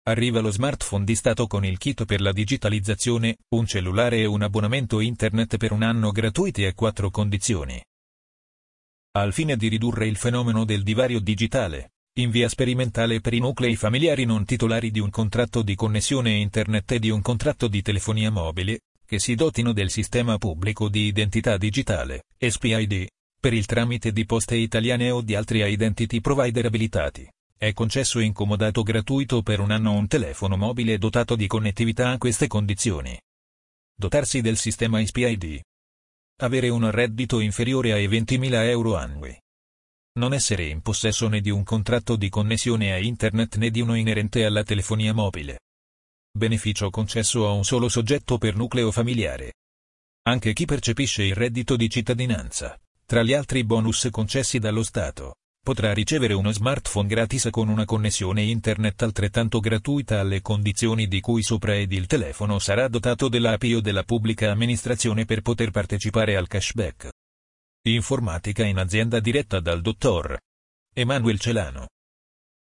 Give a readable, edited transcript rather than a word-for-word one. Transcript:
Arriva lo smartphone di Stato con il kit per la digitalizzazione, un cellulare e un abbonamento internet per un anno gratuiti a 4 condizioni. Al fine di ridurre il fenomeno del divario digitale, in via sperimentale per i nuclei familiari non titolari di un contratto di connessione internet e di un contratto di telefonia mobile, che si dotino del sistema pubblico di identità digitale, SPID, per il tramite di Poste Italiane o di altri identity provider abilitati. È concesso in comodato gratuito per un anno un telefono mobile dotato di connettività a queste condizioni. Dotarsi del sistema SPID. Avere un reddito inferiore ai 20.000 euro annui. Non essere in possesso né di un contratto di connessione a internet né di uno inerente alla telefonia mobile. Beneficio concesso a un solo soggetto per nucleo familiare. Anche chi percepisce il reddito di cittadinanza, tra gli altri bonus concessi dallo Stato, potrà ricevere uno smartphone gratis con una connessione internet altrettanto gratuita alle condizioni di cui sopra ed il telefono sarà dotato dell'API o della pubblica amministrazione per poter partecipare al cashback. Informatica in azienda diretta dal dottor Emanuel Celano.